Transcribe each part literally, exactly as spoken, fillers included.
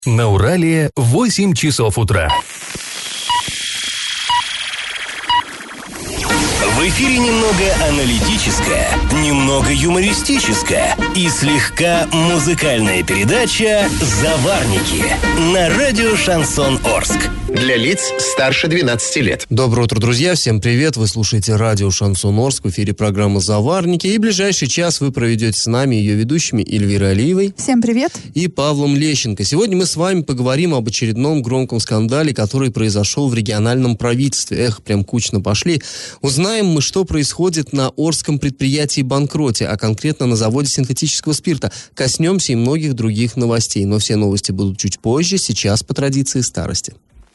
На Урале восемь часов утра. В эфире немного аналитическая, немного юмористическая и слегка музыкальная передача «Заварники» на радио «Шансон Орск». Для лиц старше двенадцати лет. Доброе утро, друзья. Всем привет. Вы слушаете радио «Шансон Орск». В эфире программа «Заварники». И ближайший час вы проведете с нами, ее ведущими, Эльвирой Алиевой. Всем привет. И Павлом Лещенко. Сегодня мы с вами поговорим об очередном громком скандале, который произошел в региональном правительстве. Эх, прям кучно пошли. Узнаем мы, что происходит на Орском предприятии-банкроте, а конкретно на заводе синтетического спирта. Коснемся и многих других новостей. Но все новости будут чуть позже, сейчас по традиции старости.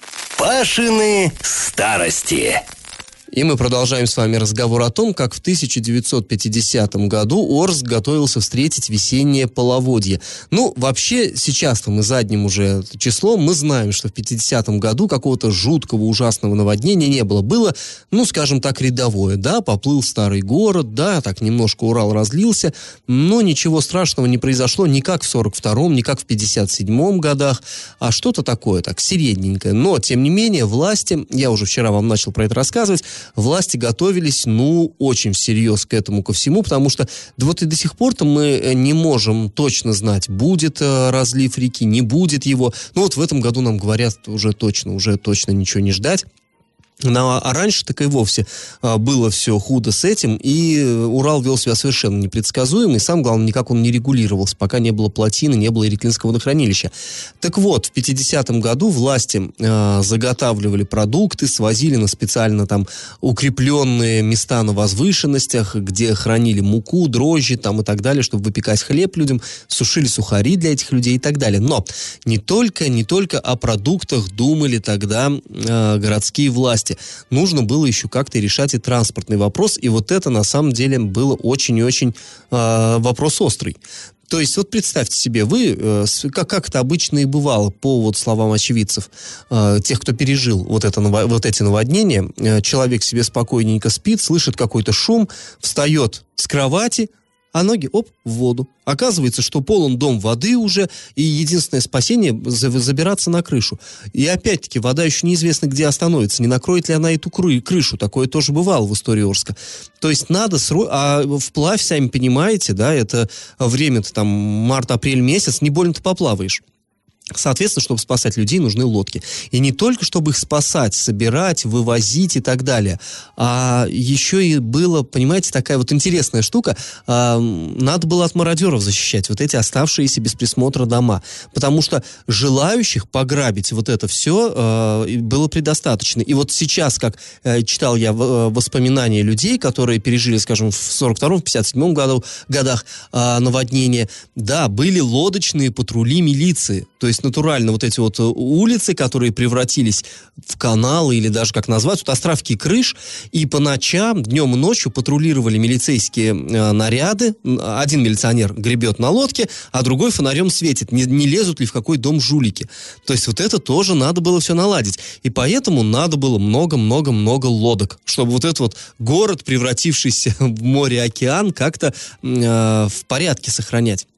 Пашины старости. И мы продолжаем с вами разговор о том, как в тысяча девятьсот пятидесятом году Орск готовился встретить весеннее половодье. Ну, вообще, сейчас-то мы задним уже числом, мы знаем, что в пятидесятом году какого-то жуткого, ужасного наводнения не было. Было, ну, скажем так, рядовое. Да, поплыл старый город, да, так немножко Урал разлился, но ничего страшного не произошло ни как в сорок втором, ни как в пятьдесят седьмом годах, а что-то такое, так, средненькое. Но, тем не менее, власти, я уже вчера вам начал про это рассказывать, власти готовились, ну, очень всерьез к этому ко всему, потому что да вот и до сих пор-то мы не можем точно знать, будет э, разлив реки, не будет его. Ну, вот в этом году нам говорят уже точно, уже точно ничего не ждать. Ну, а раньше так и вовсе а, было все худо с этим, и Урал вел себя совершенно непредсказуемо, и сам, главное, никак он не регулировался, пока не было плотины, не было Ириклинского водохранилища. Так вот, в пятидесятом году власти а, заготавливали продукты, свозили на специально там укрепленные места на возвышенностях, где хранили муку, дрожжи там и так далее, чтобы выпекать хлеб людям, сушили сухари для этих людей и так далее. Но не только, не только о продуктах думали тогда а, городские власти. Нужно было еще как-то решать и транспортный вопрос, и вот это на самом деле было очень и очень э, вопрос острый. То есть, вот представьте себе, вы, э, как, как это обычно и бывало, по вот словам очевидцев, э, тех, кто пережил вот, это, вот эти наводнения, э, человек себе спокойненько спит, слышит какой-то шум, встает с кровати, а ноги, оп, в воду. Оказывается, что полон дом воды уже, и единственное спасение – забираться на крышу. И опять-таки, вода еще неизвестно, где остановится, не накроет ли она эту крышу. Такое тоже бывало в истории Орска. То есть надо срочно, а вплавь, сами понимаете, да, это время-то там март-апрель месяц, не больно-то поплаваешь. Соответственно, чтобы спасать людей, нужны лодки. И не только, чтобы их спасать, собирать, вывозить и так далее, а еще и было, понимаете, такая вот интересная штука, а, надо было от мародеров защищать вот эти оставшиеся без присмотра дома. Потому что желающих пограбить вот это все а, было предостаточно. И вот сейчас, как а, читал я в, воспоминания людей, которые пережили, скажем, в сорок втором, в пятьдесят седьмом году, годах а, наводнения, да, были лодочные патрули милиции. То есть натурально вот эти вот улицы, которые превратились в каналы или даже, как назвать, вот островки крыш, и по ночам, днем и ночью патрулировали милицейские э, наряды. Один милиционер гребет на лодке, а другой фонарем светит, не, не лезут ли в какой дом жулики. То есть вот это тоже надо было все наладить. И поэтому надо было много-много-много лодок, чтобы вот этот вот город, превратившийся в море-океан, как-то э, в порядке сохранять.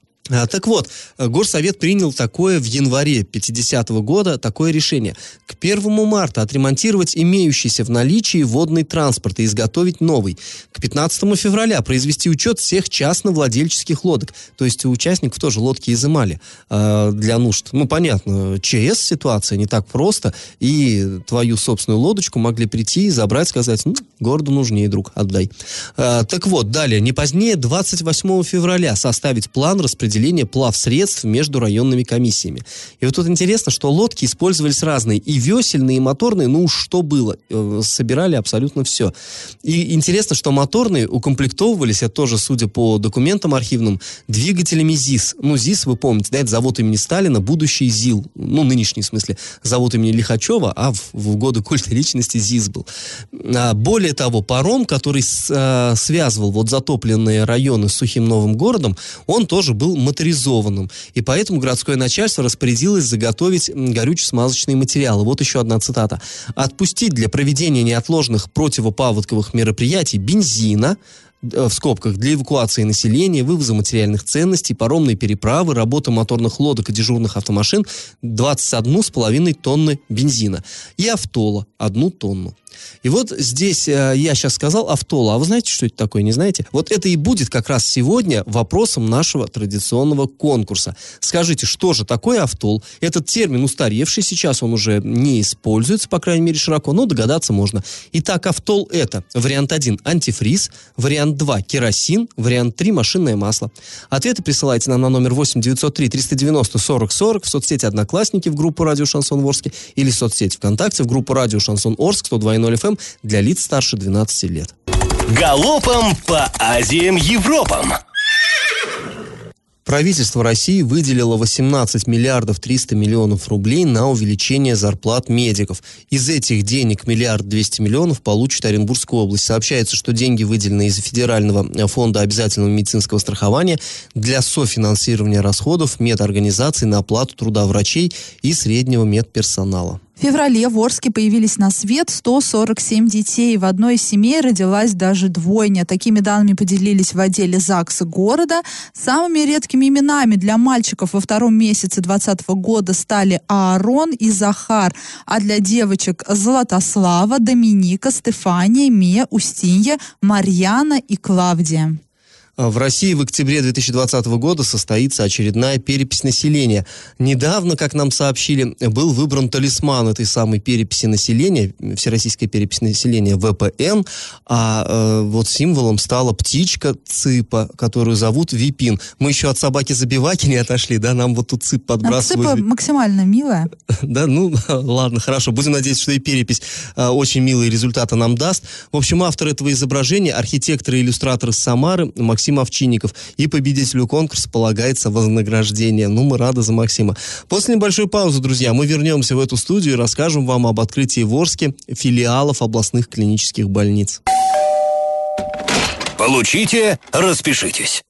Так вот, Горсовет принял такое в январе пятидесятого года, такое решение. К первому марта отремонтировать имеющийся в наличии водный транспорт и изготовить новый. К пятнадцатому февраля произвести учет всех частно-владельческих лодок. То есть у участников тоже лодки изымали э, для нужд. Ну, понятно, ЧС ситуация не так просто, и твою собственную лодочку могли прийти и забрать, сказать, ну, городу нужнее, друг, отдай. Э, так вот, далее, не позднее двадцать восьмого февраля составить план распределения плавсредств между районными комиссиями. И вот тут интересно, что лодки использовались разные, и весельные, и моторные, ну уж что было, э, собирали абсолютно все. И интересно, что моторные укомплектовывались, это тоже, судя по документам архивным, двигателями ЗИС. Ну, ЗИС, вы помните, да, это завод имени Сталина, будущий ЗИЛ, ну, нынешний, в смысле, завод имени Лихачева, а в, в годы культа личности ЗИС был. А, более того, паром, который с, а, связывал вот затопленные районы с сухим новым городом, он тоже был моторизованным. И поэтому городское начальство распорядилось заготовить горюче-смазочные материалы. Вот еще одна цитата. «Отпустить для проведения неотложных противопаводковых мероприятий бензина, в скобках, для эвакуации населения, вывоза материальных ценностей, паромной переправы, работы моторных лодок и дежурных автомашин двадцать одна с половиной тонны бензина. И автола одну тонну. И вот здесь э, я сейчас сказал автола, а вы знаете, что это такое, не знаете? Вот это и будет как раз сегодня вопросом нашего традиционного конкурса. Скажите, что же такое автол? Этот термин устаревший, сейчас он уже не используется, по крайней мере, широко, но догадаться можно. Итак, автол это вариант один – антифриз, вариант два – керосин, вариант три – машинное масло. Ответы присылайте нам на номер восемь девятьсот три триста девяносто сорок сорок в соцсети «Одноклассники» в группу «Радио Шансон Орск» или в соцсети ВКонтакте в группу «Радио Шансон Орск» сто два и ноль эф эм для лиц старше двенадцати лет. Галопом по Азиям Европам! Правительство России выделило восемнадцать миллиардов триста миллионов рублей на увеличение зарплат медиков. Из этих денег миллиард двести миллионов получит Оренбургская область. Сообщается, что деньги выделены из Федерального фонда обязательного медицинского страхования для софинансирования расходов медорганизаций на оплату труда врачей и среднего медперсонала. В феврале в Орске появились на свет сто сорок семь детей. В одной из семей родилась даже двойня. Такими данными поделились в отделе ЗАГСа города. Самыми редкими именами для мальчиков во втором месяце двадцатого года стали Аарон и Захар. А для девочек Златослава, Доминика, Стефания, Мия, Устинья, Марьяна и Клавдия. В России в октябре две тысячи двадцатого года состоится очередная перепись населения. Недавно, как нам сообщили, был выбран талисман этой самой переписи населения, Всероссийская перепись населения вэ пэ эн, а э, вот символом стала птичка цыпа, которую зовут Випин. Мы еще от собаки-забиваки не отошли, да, нам вот тут цып подбрасывают. А цыпа максимально милая. Да, ну, ладно, хорошо, будем надеяться, что и перепись а, очень милые результаты нам даст. В общем, автор этого изображения, архитектор и иллюстратор из Самары, Максим Овчинников, и победителю конкурса полагается вознаграждение. Ну, мы рады за Максима. После небольшой паузы, друзья, мы вернемся в эту студию и расскажем вам об открытии в Орске филиалов областных клинических больниц. Получите, распишитесь.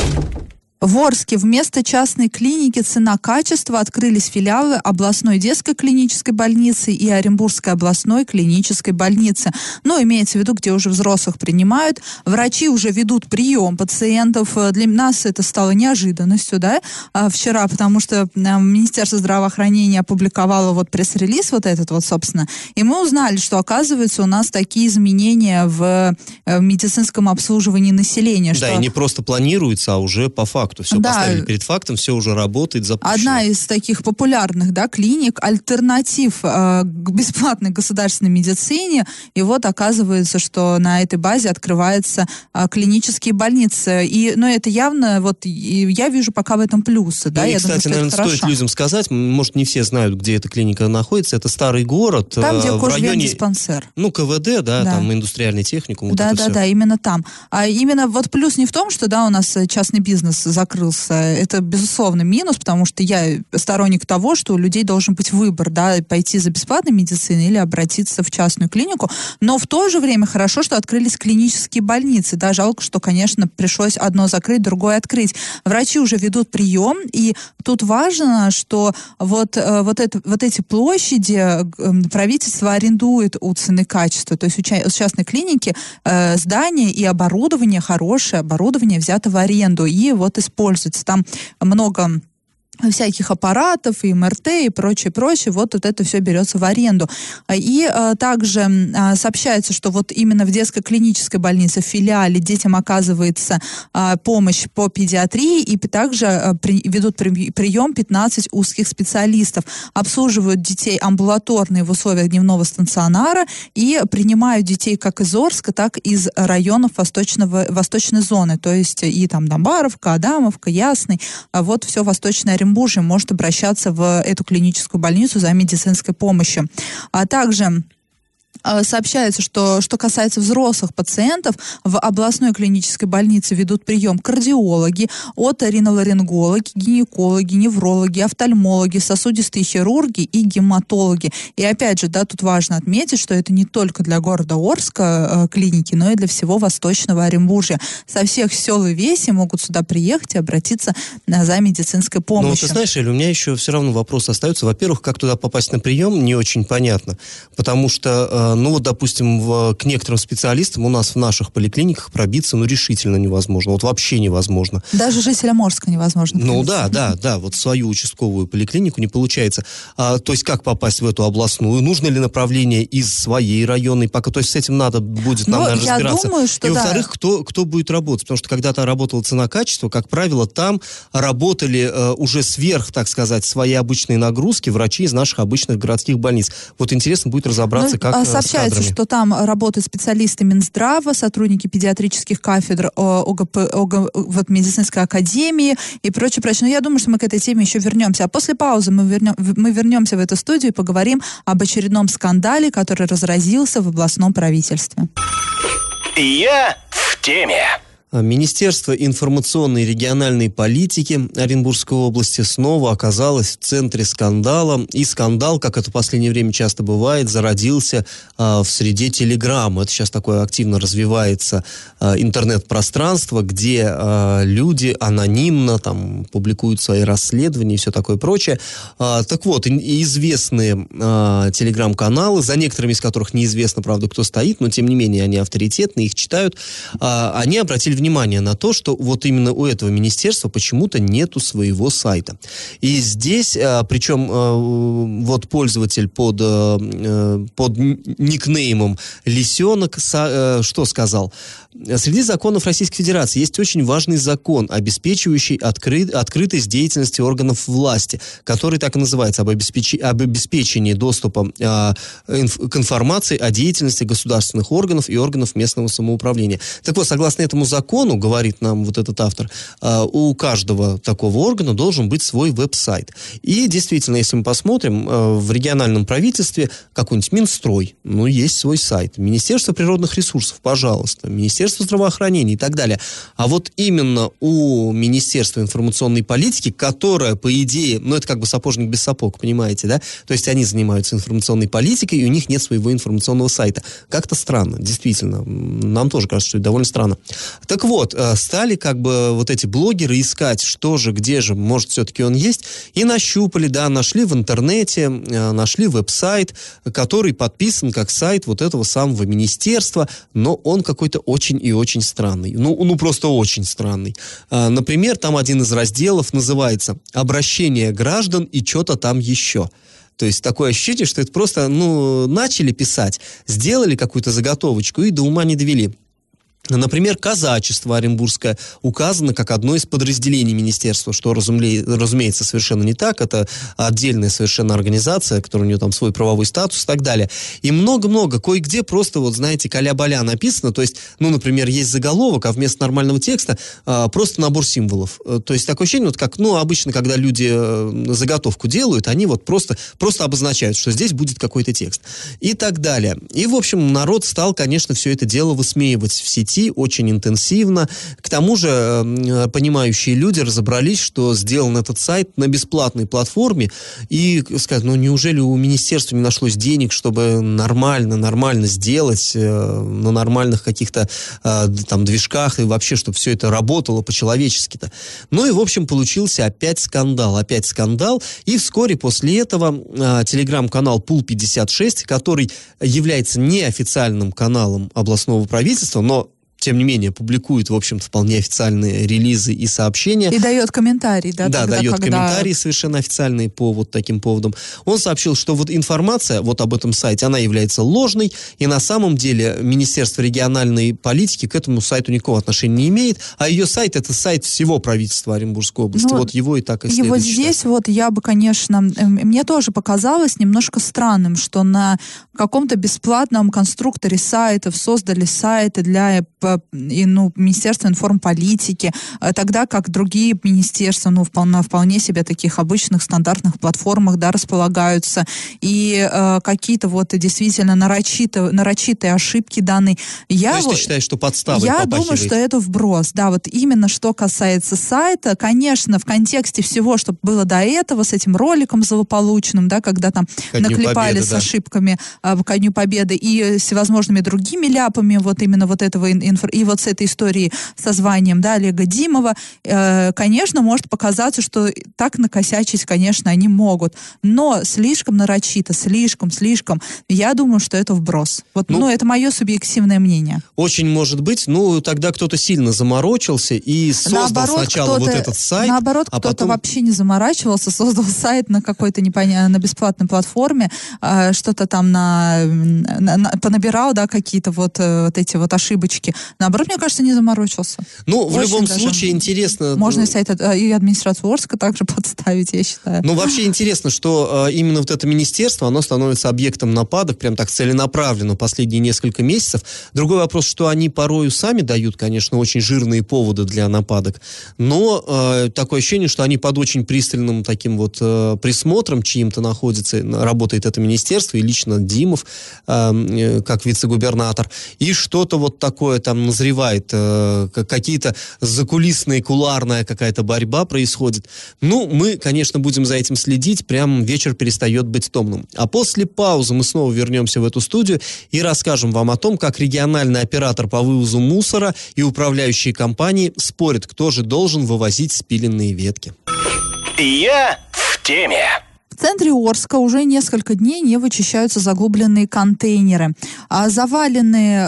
В Орске вместо частной клиники «Цена-качество» открылись филиалы областной детской клинической больницы и Оренбургской областной клинической больницы. Но имеется в виду, где уже взрослых принимают. Врачи уже ведут прием пациентов. Для нас это стало неожиданностью, да, вчера, потому что Министерство здравоохранения опубликовало вот пресс-релиз вот этот вот, собственно, и мы узнали, что, оказывается, у нас такие изменения в медицинском обслуживании населения. Да, что... и не просто планируется, а уже по факту. Все да. поставили перед фактом, все уже работает, запущено. Одна из таких популярных, да, клиник, альтернатив э, к бесплатной государственной медицине. И вот оказывается, что на этой базе открываются э, клинические больницы. И, ну, это явно, вот, и я вижу пока в этом плюсы. Да, ну, и, я кстати, думаю, наверное, стоит людям сказать, может, не все знают, где эта клиника находится. Это старый город. Там, где в районе, диспансер. Ну, ка вэ дэ, да, да. там индустриальный техникум. Вот да, это да, все. да, именно там. А именно вот плюс не в том, что, да, у нас частный бизнес закрылся. Это, безусловно, минус, потому что я сторонник того, что у людей должен быть выбор, да, пойти за бесплатной медициной или обратиться в частную клинику. Но в то же время хорошо, что открылись клинические больницы. Да, жалко, что, конечно, пришлось одно закрыть, другое открыть. Врачи уже ведут прием, и тут важно, что вот, вот, это, вот эти площади правительство арендует у «Цены качества». То есть у частной клиники э, здание и оборудование, хорошее оборудование взято в аренду и вот используется. Там много всяких аппаратов, и эм эр тэ, и прочее, прочее, вот, вот это все берется в аренду. И а, также а, сообщается, что вот именно в детской клинической больнице, в филиале, детям оказывается а, помощь по педиатрии, и также а, при, ведут при, прием пятнадцать узких специалистов, обслуживают детей амбулаторные в условиях дневного стационара и принимают детей как из Орска, так и из районов восточного, восточной зоны, то есть и там Домбаровка, Адамовка, Ясный, а вот все восточное Оренбуржье может обращаться в эту клиническую больницу за медицинской помощью. А также сообщается, что что касается взрослых пациентов, в областной клинической больнице ведут прием кардиологи, оториноларингологи, гинекологи, неврологи, офтальмологи, сосудистые хирурги и гематологи. И опять же, да, тут важно отметить, что это не только для города Орска э, клиники, но и для всего Восточного Оренбуржья. Со всех сел и весей могут сюда приехать и обратиться э, за медицинской помощью. Ну, ты знаешь, Эль, у меня еще все равно вопрос остается. Во-первых, как туда попасть на прием, не очень понятно, потому что э, ну вот, допустим, в, к некоторым специалистам у нас в наших поликлиниках пробиться, ну, решительно невозможно, вот вообще невозможно. Даже жителям Орска невозможно. Ну да, да, да, вот свою участковую поликлинику не получается. А, то есть как попасть в эту областную? Нужно ли направление из своей районной? Пока, то есть с этим надо будет нам, ну, наверное, я разбираться. Думаю, что И, да. во-вторых, кто, кто будет работать? Потому что когда-то работала цена-качество, как правило, там работали э, уже сверх, так сказать, свои обычные нагрузки врачи из наших обычных городских больниц. Вот интересно будет разобраться, ну, как сообщается, с кадрами. что там работают специалисты Минздрава, сотрудники педиатрических кафедр ОГП, ОГ, вот, медицинской академии и прочее, прочее. Но я думаю, что мы к этой теме еще вернемся. А после паузы мы, вернем, мы вернемся в эту студию и поговорим об очередном скандале, который разразился в областном правительстве. Я в теме. Министерство информационной и региональной политики Оренбургской области снова оказалось в центре скандала. И скандал, как это в последнее время часто бывает, зародился а, в среде Телеграма. Это сейчас такое активно развивается а, интернет-пространство, где а, люди анонимно там публикуют свои расследования и все такое прочее. А, так вот, и, известные а, телеграм-каналы, за некоторыми из которых неизвестно, правда, кто стоит, но тем не менее они авторитетны, их читают, а, они обратили внимание внимание на то, что вот именно у этого министерства почему-то нету своего сайта. И здесь, причем вот пользователь под, под никнеймом Лисенок что сказал? Среди законов Российской Федерации есть очень важный закон, обеспечивающий откры... открытость деятельности органов власти, который так и называется, об, обеспеч... об обеспечении доступа э, инф... к информации о деятельности государственных органов и органов местного самоуправления. Так вот, согласно этому закону, говорит нам вот этот автор, э, у каждого такого органа должен быть свой веб-сайт. И действительно, если мы посмотрим, э, в региональном правительстве какой-нибудь Минстрой, ну, есть свой сайт. Министерство природных ресурсов, пожалуйста. Министерство здравоохранения и так далее. А вот именно у Министерства информационной политики, которое, по идее, ну, это как бы сапожник без сапог, понимаете, да? То есть они занимаются информационной политикой, и у них нет своего информационного сайта. Как-то странно, действительно. Нам тоже кажется, что это довольно странно. Так вот, стали как бы вот эти блогеры искать, что же, где же, может, все-таки он есть, и нащупали, да, нашли в интернете, нашли веб-сайт, который подписан как сайт вот этого самого министерства, но он какой-то очень и очень странный. Ну, ну просто очень странный. А, например, там один из разделов называется «Обращение граждан и что-то там еще». То есть такое ощущение, что это просто, ну, начали писать, сделали какую-то заготовочку и до ума не довели. Например, казачество оренбургское указано как одно из подразделений министерства, что, разумле... разумеется, совершенно не так. Это отдельная совершенно организация, которая у нее там свой правовой статус и так далее. И много-много, кое-где просто, вот знаете, каля-баля написано. То есть, ну, например, есть заголовок, а вместо нормального текста а, просто набор символов. То есть такое ощущение, вот как, ну, обычно, когда люди заготовку делают, они вот просто, просто обозначают, что здесь будет какой-то текст. И так далее. И, в общем, народ стал, конечно, все это дело высмеивать в сети очень интенсивно. К тому же э, понимающие люди разобрались, что сделан этот сайт на бесплатной платформе, и сказать, ну неужели у министерства не нашлось денег, чтобы нормально, нормально сделать э, на нормальных каких-то э, там движках и вообще, чтобы все это работало по-человечески-то. Ну и, в общем, получился опять скандал, опять скандал, и вскоре после этого э, телеграм-канал Пул пятьдесят шесть, который является неофициальным каналом областного правительства, но тем не менее, публикует, в общем-то, вполне официальные релизы и сообщения. И дает комментарии, да? Да, тогда, дает когда... комментарии совершенно официальные по вот таким поводам. Он сообщил, что вот информация вот об этом сайте, она является ложной, и на самом деле Министерство региональной политики к этому сайту никакого отношения не имеет, а ее сайт — это сайт всего правительства Оренбургской области. Ну, вот его и так и следует И вот читать. здесь вот я бы, конечно, мне тоже показалось немножко странным, что на каком-то бесплатном конструкторе сайтов создали сайты для и, ну, Министерства информполитики, тогда как другие министерства, ну, вполне, вполне себе таких обычных стандартных платформах, да, располагаются, и э, какие-то вот действительно нарочито, нарочитые ошибки данные. Я То есть вот, ты считаешь, что подставой Я попахивает? думаю, что это вброс, да, вот именно что касается сайта, конечно, в контексте всего, что было до этого, с этим роликом злополучным, да, когда там Ко Дню наклепали Победы, с да. ошибками э, ко Дню Победы и всевозможными другими ляпами вот именно вот этого информации, цифр, и вот с этой историей со званием, да, Олега Димова, э, конечно, может показаться, что так накосячить, конечно, они могут, но слишком нарочито, слишком, слишком, я думаю, что это вброс. Вот, ну, ну это мое субъективное мнение. Очень может быть, ну, тогда кто-то сильно заморочился и создал наоборот, сначала вот этот сайт, наоборот, а кто-то потом... вообще не заморачивался, создал сайт на какой-то непонятной, на бесплатной платформе, э, что-то там на, на, на, понабирал, да, какие-то вот, э, вот эти вот ошибочки. Наоборот, мне кажется, не заморочился. Ну, в Очень любом даже. случае интересно... Можно и сайт э, и администрацию Орска также подставить, я считаю. Ну, вообще интересно, что э, именно вот это министерство, оно становится объектом нападок, прям так целенаправленно последние несколько месяцев. Другой вопрос, что они порою сами дают, конечно, очень жирные поводы для нападок, но э, такое ощущение, что они под очень пристальным таким вот э, присмотром чьим-то находится, работает это министерство, и лично Димов, э, как вице-губернатор, и что-то вот такое там назревает, э, какие-то закулисные, кулуарная какая-то борьба происходит. Ну, мы, конечно, будем за этим следить, прям вечер перестает быть томным. А после паузы мы снова вернемся в эту студию и расскажем вам о том, как региональный оператор по вывозу мусора и управляющие компании спорят, кто же должен вывозить спиленные ветки. Я в теме. В центре Орска уже несколько дней не вычищаются заглубленные контейнеры. А заваленные,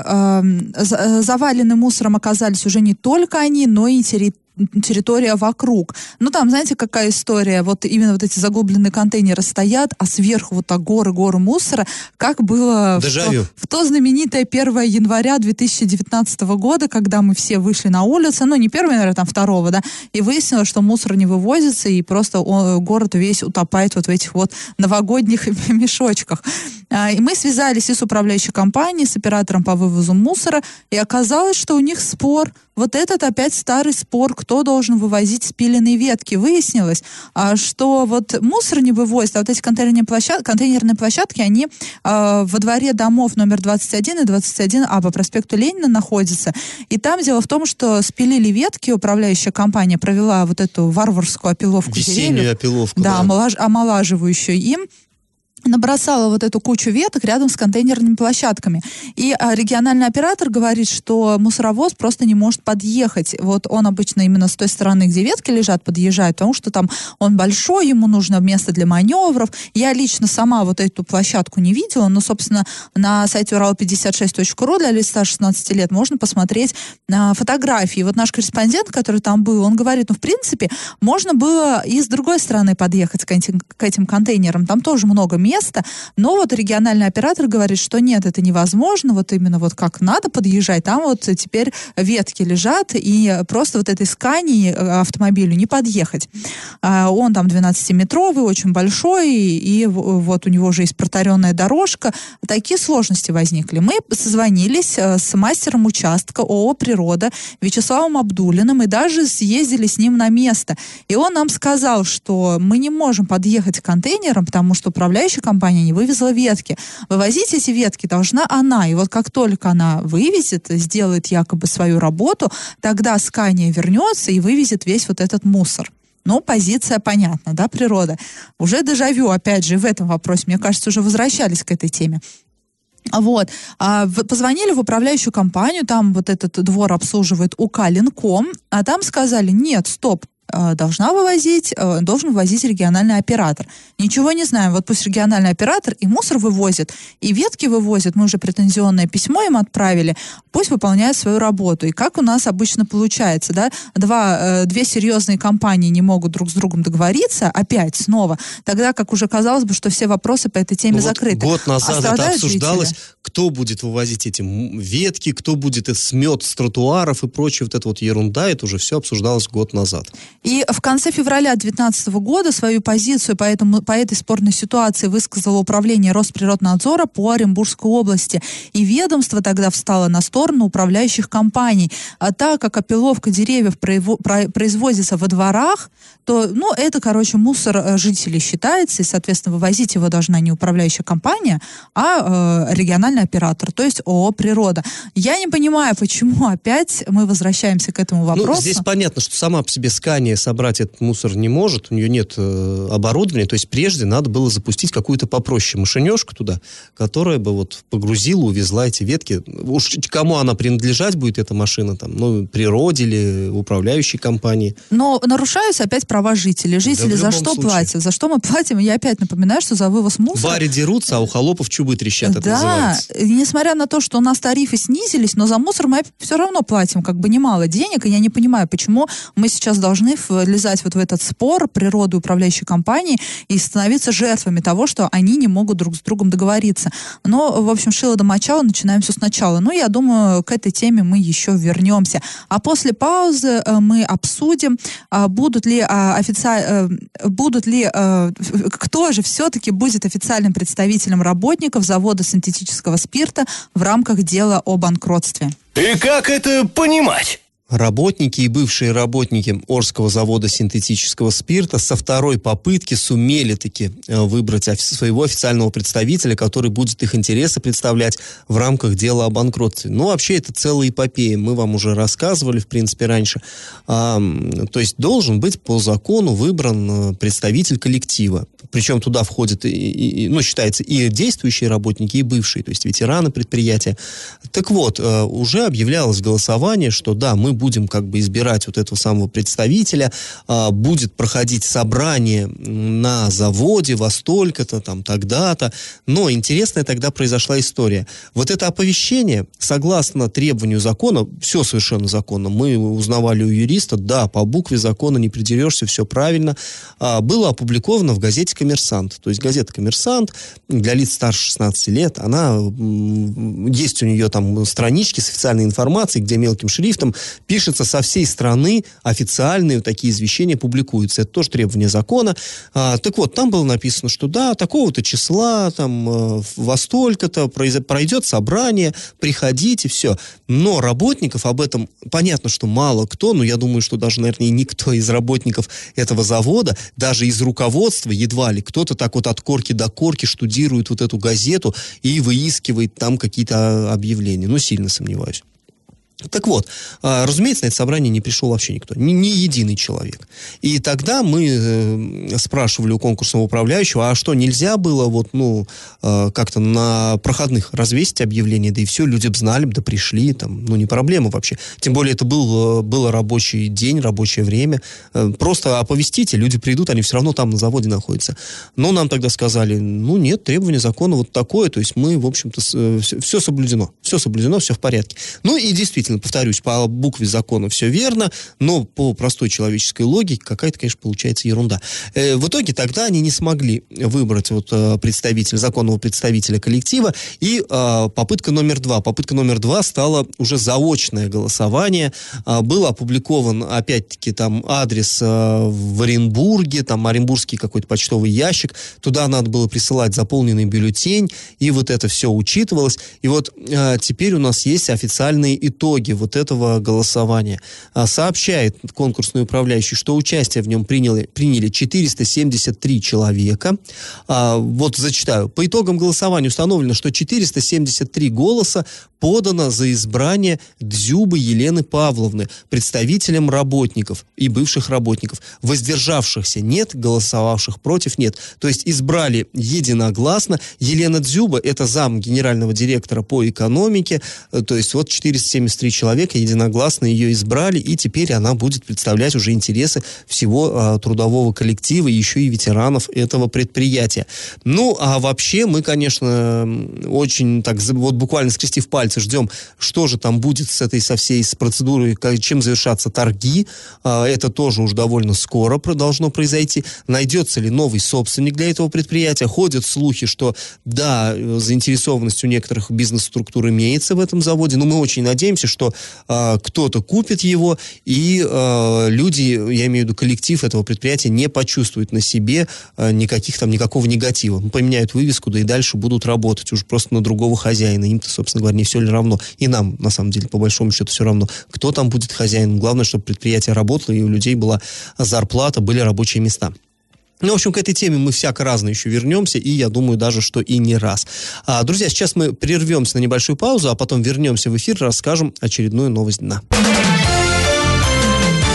э, заваленные мусором оказались уже не только они, но и территории. территория вокруг. Ну, там, знаете, какая история? Вот именно вот эти заглубленные контейнеры стоят, а сверху вот так горы-горы мусора, как было в то, в то знаменитое первое января две тысячи девятнадцатого года, когда мы все вышли на улицу, ну, не первого января, там, второго, да, и выяснилось, что мусор не вывозится, и просто он, город весь утопает вот в этих вот новогодних мешочках. А, и мы связались и с управляющей компанией, с оператором по вывозу мусора, и оказалось, что у них спор. Вот этот опять старый спор, кто должен вывозить спиленные ветки. Выяснилось, что вот мусор не вывозят, а вот эти контейнерные площадки, контейнерные площадки, они э, во дворе домов номер двадцать один и двадцать один А по проспекту Ленина находятся. И там дело в том, что спилили ветки, управляющая компания провела вот эту варварскую опиловку Весеннюю деревьев. опиловку, да. да. Омолаживающую им. Набросала вот эту кучу веток рядом с контейнерными площадками. И а, региональный оператор говорит, что мусоровоз просто не может подъехать. Вот он обычно именно с той стороны, где ветки лежат, подъезжает, потому что там он большой, ему нужно место для маневров. Я лично сама вот эту площадку не видела, но, собственно, на сайте урал пятьдесят шесть точка ру для лиц старше шестнадцати лет можно посмотреть а, фотографии. Вот наш корреспондент, который там был, он говорит, ну, в принципе, можно было и с другой стороны подъехать к этим, к этим контейнерам. Там тоже много места. место, но вот региональный оператор говорит, что нет, это невозможно, вот именно вот как надо подъезжать, там вот теперь ветки лежат, и просто вот этой Скании автомобилю не подъехать. Он там двенадцатиметровый, очень большой, и вот у него уже есть протаренная дорожка. Такие сложности возникли. Мы созвонились с мастером участка ООО «Природа» Вячеславом Абдулиным и даже съездили с ним на место. И он нам сказал, что мы не можем подъехать к контейнерам, потому что управляющая компания не вывезла ветки. Вывозить эти ветки должна она. И вот как только она вывезет, сделает якобы свою работу, тогда Скания вернется и вывезет весь вот этот мусор. Ну, позиция понятна, да, природа. Уже дежавю, опять же, в этом вопросе, мне кажется, уже возвращались к этой теме. Вот. А, позвонили в управляющую компанию, там вот этот двор обслуживает УК «Ленком», а там сказали, нет, стоп, должна вывозить, должен вывозить региональный оператор. Ничего не знаем. Вот пусть региональный оператор и мусор вывозит, и ветки вывозит. Мы уже претензионное письмо им отправили. Пусть выполняют свою работу. И как у нас обычно получается, да? Два, две серьезные компании не могут друг с другом договориться, опять, снова. Тогда, как уже казалось бы, что все вопросы по этой теме ну, закрыты. Вот год назад а это обсуждалось, жители? Кто будет вывозить эти ветки, кто будет смет с тротуаров и прочее. Вот эта вот ерунда, это уже все обсуждалось год назад. И в конце февраля две тысячи девятнадцатого года свою позицию по, этому, по этой спорной ситуации высказало управление Росприроднадзора по Оренбургской области. И ведомство тогда встало на сторону управляющих компаний. А так как опиловка деревьев производится во дворах, то, ну, это, короче, мусор жителей считается, и, соответственно, вывозить его должна не управляющая компания, а э, региональный оператор, то есть ООО «Природа». Я не понимаю, почему опять мы возвращаемся к этому вопросу. Ну, здесь понятно, что сама по себе Скания компания собрать этот мусор не может, у нее нет э, оборудования, то есть прежде надо было запустить какую-то попроще машинешку туда, которая бы вот погрузила, увезла эти ветки. Уж кому она принадлежать будет, эта машина, там, ну, природе или управляющей компании. Но нарушаются опять права жителей. Жители Да, за что случае. платят? За что мы платим? Я опять напоминаю, что за вывоз мусора... Бари дерутся, а у холопов чубы трещат, это да, называется. несмотря на то, что у нас тарифы снизились, но за мусор мы все равно платим как бы немало денег, и я не понимаю, почему мы сейчас должны влезать вот в этот спор природы управляющей компании и становиться жертвами того, что они не могут друг с другом договориться. Но, в общем, шило до мочала, начинаем все сначала. Ну, я думаю, к этой теме мы еще вернемся. А после паузы э, мы обсудим, э, будут ли э, официально, э, будут ли, э, кто же все-таки будет официальным представителем работников завода синтетического спирта в рамках дела о банкротстве. И как это понимать? Работники и бывшие работники Орского завода синтетического спирта со второй попытки сумели таки выбрать офи- своего официального представителя, который будет их интересы представлять в рамках дела о банкротстве. Ну, вообще, это целая эпопея. Мы вам уже рассказывали, в принципе, раньше. А, то есть должен быть по закону выбран представитель коллектива. Причем туда входят, и, и, ну, считается, и действующие работники, и бывшие, то есть ветераны предприятия. Так вот, уже объявлялось голосование, что да, мы будем как бы избирать вот этого самого представителя, а, будет проходить собрание на заводе во столько-то, там, тогда-то. Но интересная тогда произошла история. Вот это оповещение, согласно требованию закона, все совершенно законно, мы узнавали у юриста, да, по букве закона не придерешься, все правильно, а, было опубликовано в газете «Коммерсант». То есть газета «Коммерсант» для лиц старше шестнадцати лет, она, есть у нее там странички с официальной информацией, где мелким шрифтом пишется со всей страны, официальные вот такие извещения публикуются. Это тоже требование закона. А, так вот, там было написано, что да, такого-то числа, там, во столько-то пройдет собрание, приходите, все. Но работников об этом, понятно, что мало кто, но я думаю, что даже, наверное, и никто из работников этого завода, даже из руководства, едва ли, кто-то так вот от корки до корки штудирует вот эту газету и выискивает там какие-то объявления. Ну, сильно сомневаюсь. Так вот, разумеется, на это собрание не пришел вообще никто, ни, ни единый человек. И тогда мы э, спрашивали у конкурсного управляющего, а что, нельзя было вот, ну, э, как-то на проходных развесить объявление, да и все, люди бы знали, да пришли, там, ну, не проблема вообще. Тем более это был, был рабочий день, рабочее время. Э, просто оповестите, люди придут, они все равно там на заводе находятся. Но нам тогда сказали, ну, нет, требование закона вот такое, то есть мы, в общем-то, с, все, все соблюдено, все соблюдено, все в порядке. Ну, и действительно, повторюсь, по букве закона все верно, но по простой человеческой логике какая-то, конечно, получается ерунда. Э, в итоге тогда они не смогли выбрать вот, э, представителя, законного представителя коллектива, и э, попытка номер два. Попытка номер два стала уже заочное голосование. Э, был опубликован, опять-таки, там адрес э, в Оренбурге, там оренбургский какой-то почтовый ящик, туда надо было присылать заполненный бюллетень, и вот это все учитывалось. И вот э, теперь у нас есть официальные итоги вот этого голосования. Сообщает конкурсный управляющий, что участие в нем приняли, приняли четыреста семьдесят три человека. А, вот зачитаю. По итогам голосования установлено, что четыреста семьдесят три голоса подано за избрание Дзюбы Елены Павловны представителем работников и бывших работников. Воздержавшихся нет, голосовавших против нет. То есть избрали единогласно. Елена Дзюба — это зам генерального директора по экономике. То есть вот четыреста семьдесят три человека единогласно ее избрали, и теперь она будет представлять уже интересы всего а, трудового коллектива, еще и ветеранов этого предприятия. Ну, а вообще мы, конечно, очень так, вот буквально скрестив пальцы, ждем, что же там будет с этой, со всей с процедурой, как, чем завершатся торги. А, это тоже уж довольно скоро должно произойти. Найдется ли новый собственник для этого предприятия? Ходят слухи, что да, заинтересованность у некоторых бизнес-структур имеется в этом заводе, но мы очень надеемся, что а, кто-то купит его, и а, люди, я имею в виду коллектив этого предприятия, не почувствуют на себе а, никаких там, никакого негатива. Поменяют вывеску, да и дальше будут работать уже просто на другого хозяина. Им-то, собственно говоря, не все ли равно. И нам, на самом деле, по большому счету, все равно. Кто там будет хозяином? Главное, чтобы предприятие работало, и у людей была зарплата, были рабочие места. Ну, в общем, к этой теме мы всяко разно еще вернемся, и я думаю даже, что и не раз. А, друзья, сейчас мы прервемся на небольшую паузу, а потом вернемся в эфир, расскажем очередную новость дна.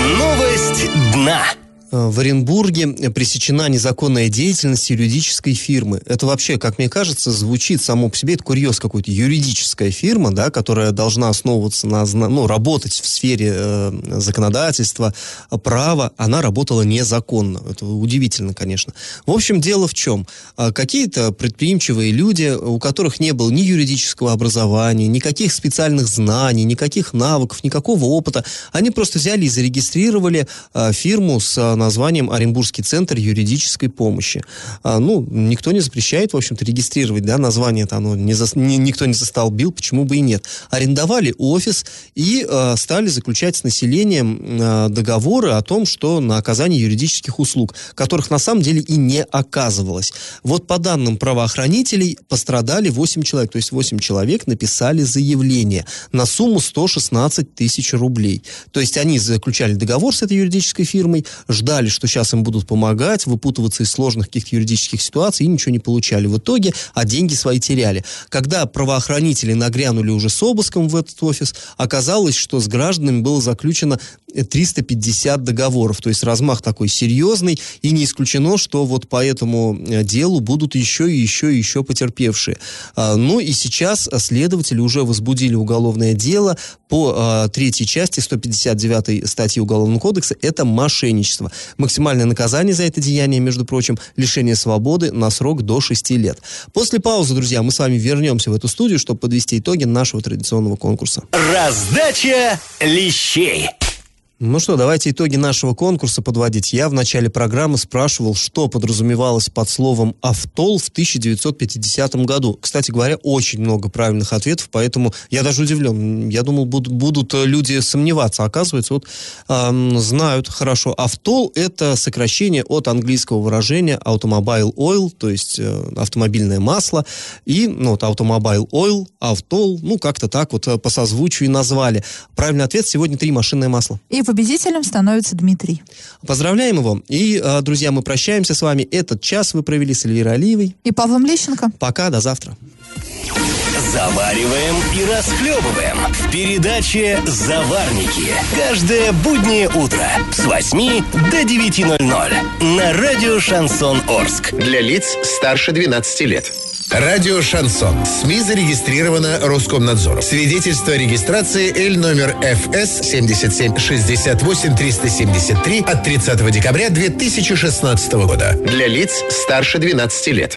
Новость дна. В Оренбурге пресечена незаконная деятельность юридической фирмы. Это вообще, как мне кажется, звучит само по себе, это курьез какой-то. Юридическая фирма, да, которая должна основываться на, ну, работать в сфере э, законодательства, права, она работала незаконно. Это удивительно, конечно. В общем, дело в чем? Какие-то предприимчивые люди, у которых не было ни юридического образования, никаких специальных знаний, никаких навыков, никакого опыта, они просто взяли и зарегистрировали э, фирму с названием Оренбургский центр юридической помощи. А, ну, никто не запрещает, в общем-то, регистрировать, да, название-то оно не за, ни, никто не застолбил, почему бы и нет. Арендовали офис и а, стали заключать с населением а, договоры о том, что на оказание юридических услуг, которых на самом деле и не оказывалось. Вот по данным правоохранителей пострадали восемь человек, то есть восемь человек написали заявление на сумму сто шестнадцать тысяч рублей. То есть они заключали договор с этой юридической фирмой, ждали, что сейчас им будут помогать, выпутываться из сложных каких-то юридических ситуаций, и ничего не получали в итоге, а деньги свои теряли. Когда правоохранители нагрянули уже с обыском в этот офис, оказалось, что с гражданами было заключено триста пятьдесят договоров, то есть размах такой серьезный, и не исключено, что вот по этому делу будут еще и еще и еще потерпевшие. Ну и сейчас следователи уже возбудили уголовное дело по третьей части сто пятьдесят девятой статьи Уголовного кодекса, это мошенничество. Максимальное наказание за это деяние, между прочим, лишение свободы на срок до шести лет. После паузы, друзья, мы с вами вернемся в эту студию, чтобы подвести итоги нашего традиционного конкурса. Раздача лещей. Ну что, давайте итоги нашего конкурса подводить. Я в начале программы спрашивал, что подразумевалось под словом «автол» в тысяча девятьсот пятидесятом году. Кстати говоря, очень много правильных ответов, поэтому я даже удивлен. Я думал, будут, будут люди сомневаться. Оказывается, вот эм, знают хорошо. «Автол» — это сокращение от английского выражения «automobile oil», то есть э, автомобильное масло, и ну, вот «automobile oil», «автол», ну как-то так вот по созвучию и назвали. Правильный ответ сегодня три машинное масло. И победителем становится Дмитрий. Поздравляем его. И, друзья, мы прощаемся с вами. Этот час вы провели с Эльвирой Алиевой И Павлом Лещенко. Пока, до завтра. Завариваем и расхлебываем в передаче «Заварники». Каждое буднее утро с восьми до девяти ноль-ноль на радио «Шансон Орск». Для лиц старше двенадцати лет. Радио «Шансон». СМИ зарегистрировано Роскомнадзором. Свидетельство о регистрации Л номер Ф С семьдесят семь шестьдесят восемь триста семьдесят три от тридцатого декабря две тысячи шестнадцатого года. Для лиц старше двенадцати лет.